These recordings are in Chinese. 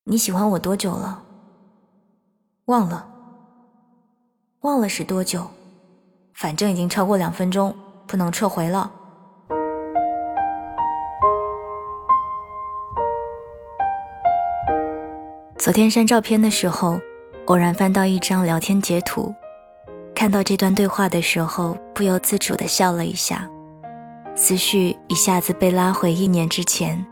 你喜欢我多久了？忘了是多久，反正已经超过2分钟，不能撤回了。昨天删照片的时候，偶然翻到一张聊天截图，看到这段对话的时候，不由自主地笑了一下，思绪一下子被拉回1年之前。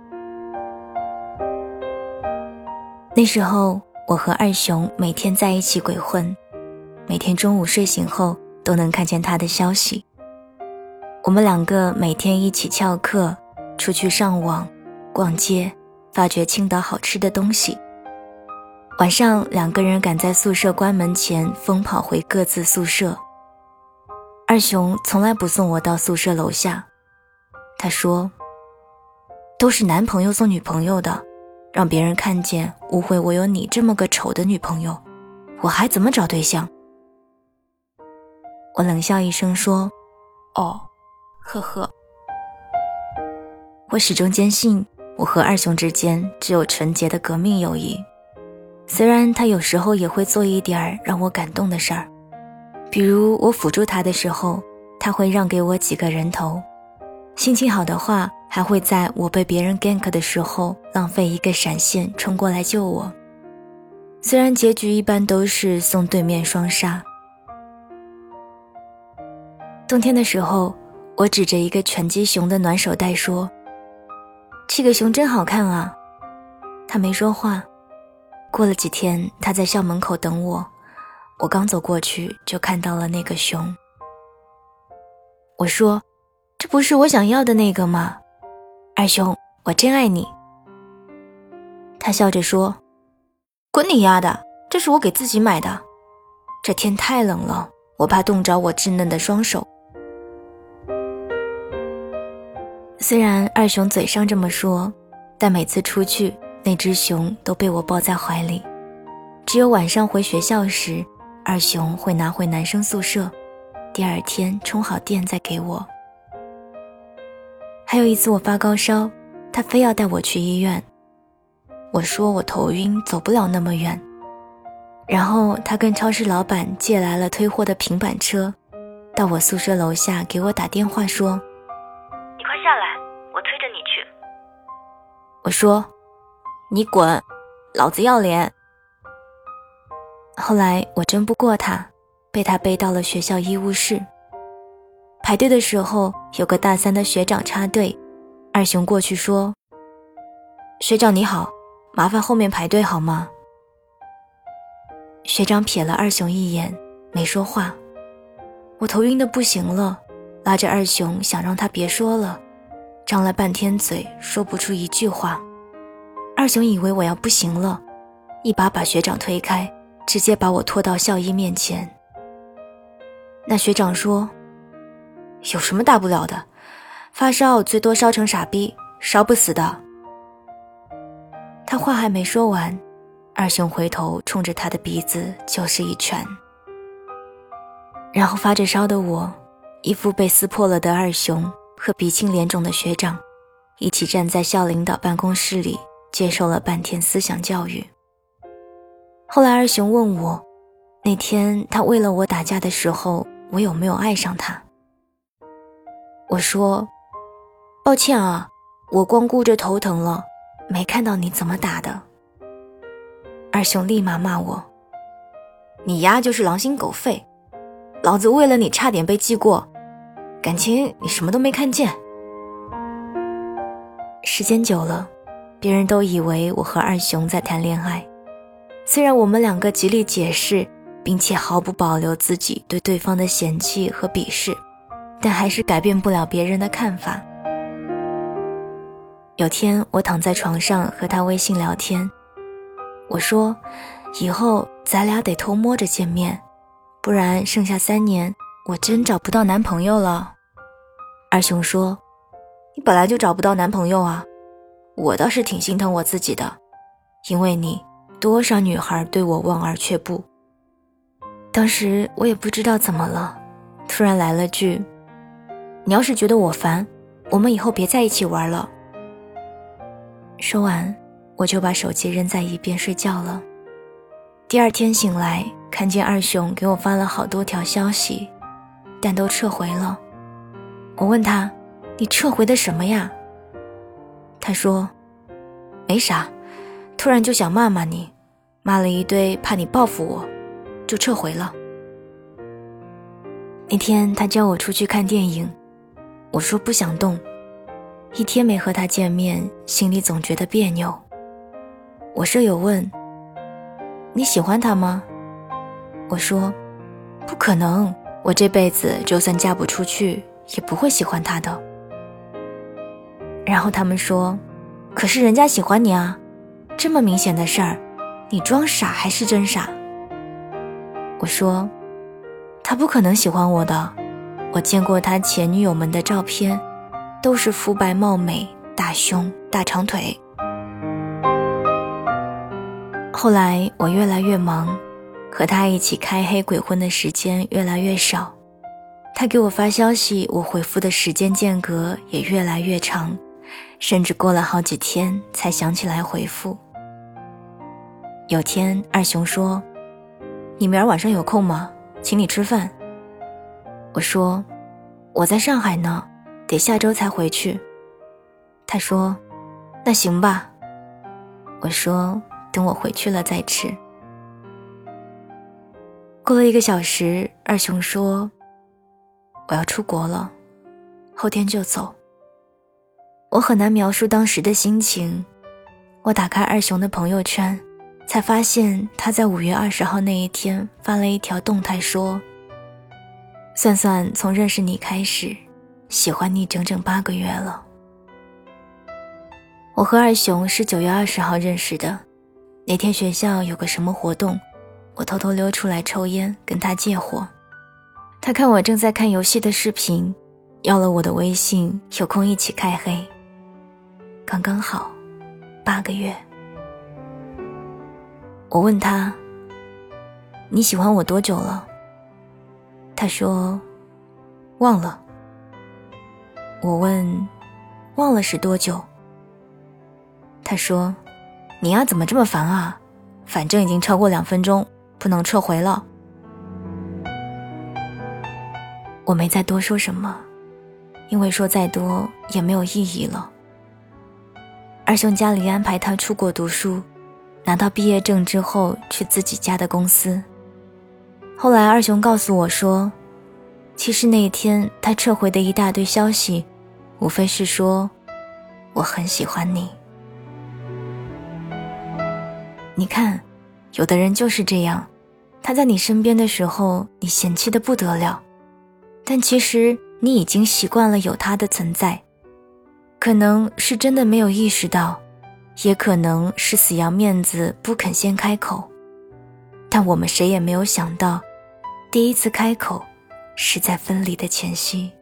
那时候我和二熊每天在一起鬼混，每天中午睡醒后都能看见他的消息。我们2个每天一起翘课，出去上网、逛街，发掘青岛好吃的东西。晚上2个人赶在宿舍关门前疯跑回各自宿舍。二熊从来不送我到宿舍楼下，他说，都是男朋友送女朋友的，让别人看见误会我有你这么个丑的女朋友，我还怎么找对象？我冷笑一声说，哦，呵呵。我始终坚信我和二熊之间只有纯洁的革命友谊，虽然他有时候也会做一点让我感动的事儿，比如我辅助他的时候，他会让给我几个人头，心情好的话还会在我被别人 gank 的时候浪费一个闪现冲过来救我，虽然结局一般都是送对面双杀。冬天的时候，我指着一个拳击熊的暖手袋说，这个熊真好看啊。他没说话。过了几天，他在校门口等我，我刚走过去就看到了那个熊。我说，这不是我想要的那个吗？二熊，我真爱你。他笑着说，滚你丫的，这是我给自己买的。这天太冷了，我怕冻着我稚嫩的双手。虽然二熊嘴上这么说，但每次出去，那只熊都被我抱在怀里。只有晚上回学校时，二熊会拿回男生宿舍，第2天充好电再给我。还有一次我发高烧，他非要带我去医院。我说我头晕，走不了那么远。然后他跟超市老板借来了推货的平板车，到我宿舍楼下给我打电话说， 你快下来，我推着你去。 我说，你滚，老子要脸。后来我争不过他，被他背到了学校医务室。排队的时候，有个大3的学长插队，二熊过去说，学长你好，麻烦后面排队好吗？学长瞥了二熊一眼，没说话。我头晕得不行了，拉着二熊想让他别说了，张了半天嘴说不出一句话。二熊以为我要不行了，一把把学长推开，直接把我拖到校医面前。那学长说，有什么大不了的，发烧最多烧成傻逼，烧不死的。他话还没说完，二熊回头冲着他的鼻子就是一拳。然后发着烧的我，一副被撕破了的二熊和鼻青脸肿的学长一起站在校领导办公室里，接受了半天思想教育。后来二熊问我，那天他为了我打架的时候，我有没有爱上他？我说，抱歉啊，我光顾着头疼了，没看到你怎么打的。二熊立马骂我，你丫就是狼心狗肺，老子为了你差点被记过，感情你什么都没看见。时间久了，别人都以为我和二熊在谈恋爱，虽然我们2个极力解释，并且毫不保留自己对对方的嫌弃和鄙视，但还是改变不了别人的看法。有天我躺在床上和他微信聊天，我说，以后咱俩得偷摸着见面，不然剩下3年我真找不到男朋友了。二熊说，你本来就找不到男朋友啊，我倒是挺心疼我自己的，因为你多少女孩对我望而却步。当时我也不知道怎么了，突然来了句，你要是觉得我烦，我们以后别在一起玩了。说完， 我就把手机扔在一边睡觉了。第二天醒来，看见二熊给我发了好多条消息，但都撤回了。我问他，你撤回的什么呀？他说，没啥，突然就想骂骂你，骂了一堆，怕你报复我，就撤回了。那天他叫我出去看电影，我说不想动，一天没和他见面，心里总觉得别扭。我舍友问，你喜欢他吗？我说，不可能，我这辈子就算嫁不出去，也不会喜欢他的。然后他们说，可是人家喜欢你啊，这么明显的事儿，你装傻还是真傻？我说，他不可能喜欢我的，我见过他前女友们的照片，都是肤白貌美，大胸大长腿。后来我越来越忙，和他一起开黑鬼混的时间越来越少，他给我发消息，我回复的时间间隔也越来越长，甚至过了好几天才想起来回复。有天二熊说，你明儿晚上有空吗？请你吃饭。我说，我在上海呢，得下周才回去。他说，那行吧。我说，等我回去了再吃。过了1个小时，二熊说，我要出国了，后天就走。我很难描述当时的心情。我打开二熊的朋友圈，才发现他在5月20号那一天发了一条动态说，算算从认识你开始，喜欢你整整8个月了。我和二熊是9月20号认识的，那天学校有个什么活动，我偷偷溜出来抽烟跟他借火。他看我正在看游戏的视频，要了我的微信，有空一起开黑。刚刚好8个月。我问他，你喜欢我多久了？他说，忘了。我问，忘了是多久？他说，你呀怎么这么烦啊？反正已经超过2分钟，不能撤回了。我没再多说什么，因为说再多也没有意义了。二兄家里安排他出国读书，拿到毕业证之后去自己家的公司。后来二兄告诉我说，其实那一天他撤回的一大堆消息，无非是说我很喜欢你。你看，有的人就是这样，他在你身边的时候，你嫌弃得不得了，但其实你已经习惯了有他的存在。可能是真的没有意识到，也可能是死要面子不肯先开口，但我们谁也没有想到，第一次开口是在分离的前夕。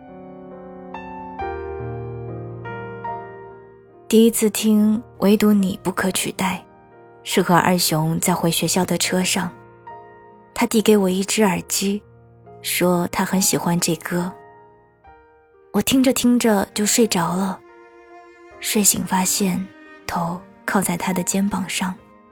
第一次听唯独你不可取代，是和二熊在回学校的车上，他递给我一只耳机，说他很喜欢这歌。我听着听着就睡着了，睡醒发现头靠在他的肩膀上。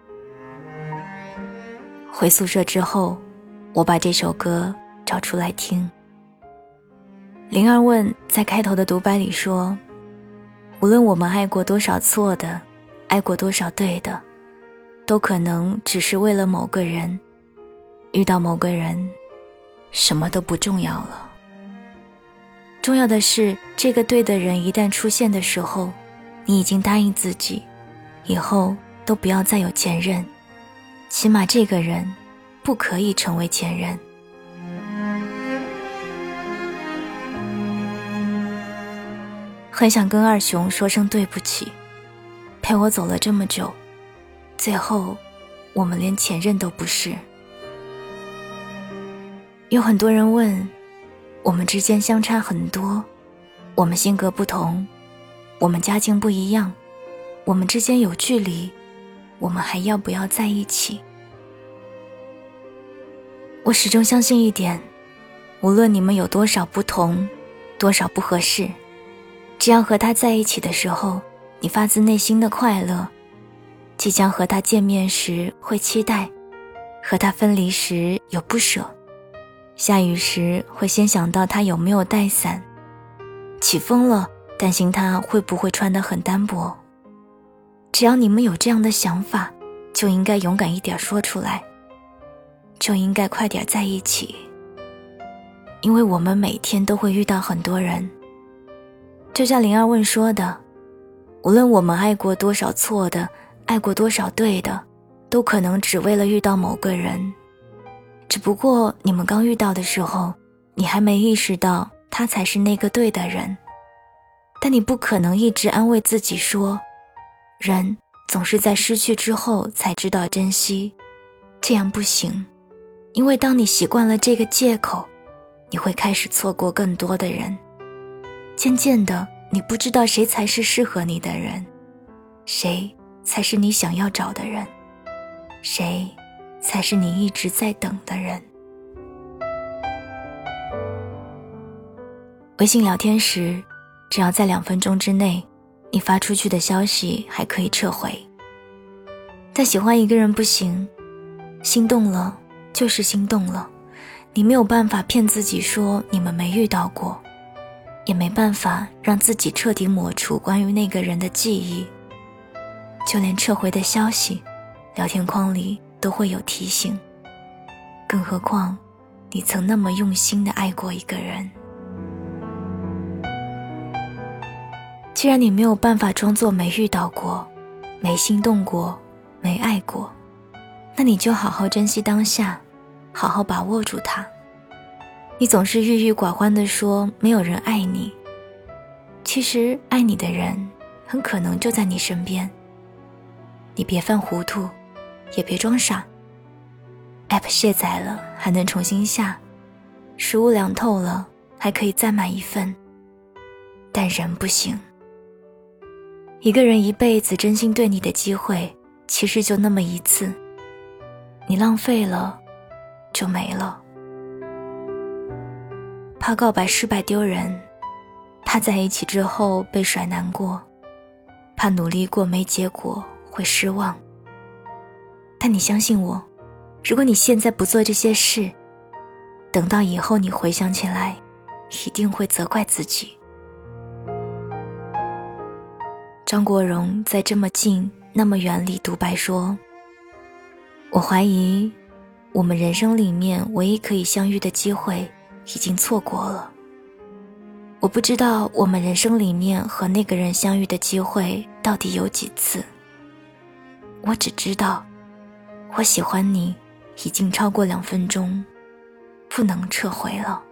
回宿舍之后，我把这首歌找出来听。灵儿问在开头的独白里说，无论我们爱过多少错的，爱过多少对的，都可能只是为了某个人，遇到某个人，什么都不重要了。重要的是，这个对的人一旦出现的时候，你已经答应自己，以后都不要再有前任，起码这个人不可以成为前任。很想跟二熊说声对不起，陪我走了这么久，最后我们连前任都不是。有很多人问，我们之间相差很多，我们性格不同，我们家境不一样，我们之间有距离，我们还要不要在一起？我始终相信一点，无论你们有多少不同，多少不合适，只要和他在一起的时候，你发自内心的快乐， 即将和他见面时会期待，和他分离时有不舍，下雨时会先想到他有没有带伞，起风了担心他会不会穿得很单薄。只要你们有这样的想法，就应该勇敢一点说出来，就应该快点在一起。因为我们每天都会遇到很多人，就像灵儿问说的，无论我们爱过多少错的，爱过多少对的，都可能只为了遇到某个人。只不过你们刚遇到的时候，你还没意识到他才是那个对的人。但你不可能一直安慰自己说，人总是在失去之后才知道珍惜，这样不行。因为当你习惯了这个借口，你会开始错过更多的人。渐渐的，你不知道谁才是适合你的人，谁才是你想要找的人，谁才是你一直在等的人。微信聊天时，只要在2分钟之内，你发出去的消息还可以撤回。但喜欢一个人不行，心动了就是心动了，你没有办法骗自己说你们没遇到过，也没办法让自己彻底抹除关于那个人的记忆。就连撤回的消息，聊天框里都会有提醒，更何况你曾那么用心地爱过一个人。既然你没有办法装作没遇到过，没心动过，没爱过，那你就好好珍惜当下，好好把握住它。你总是郁郁寡欢地说没有人爱你，其实爱你的人很可能就在你身边。你别犯糊涂，也别装傻。 App 卸载了还能重新下，食物凉透了还可以再买一份，但人不行。一个人一辈子真心对你的机会，其实就那么一次，你浪费了就没了。怕告白失败丢人，怕在一起之后被甩难过，怕努力过没结果会失望。但你相信我，如果你现在不做这些事，等到以后你回想起来，一定会责怪自己。张国荣在《这么近那么远》里独白说，我怀疑我们人生里面唯一可以相遇的机会已经错过了。我不知道我们人生里面和那个人相遇的机会到底有几次，我只知道我喜欢你已经超过2分钟，不能撤回了。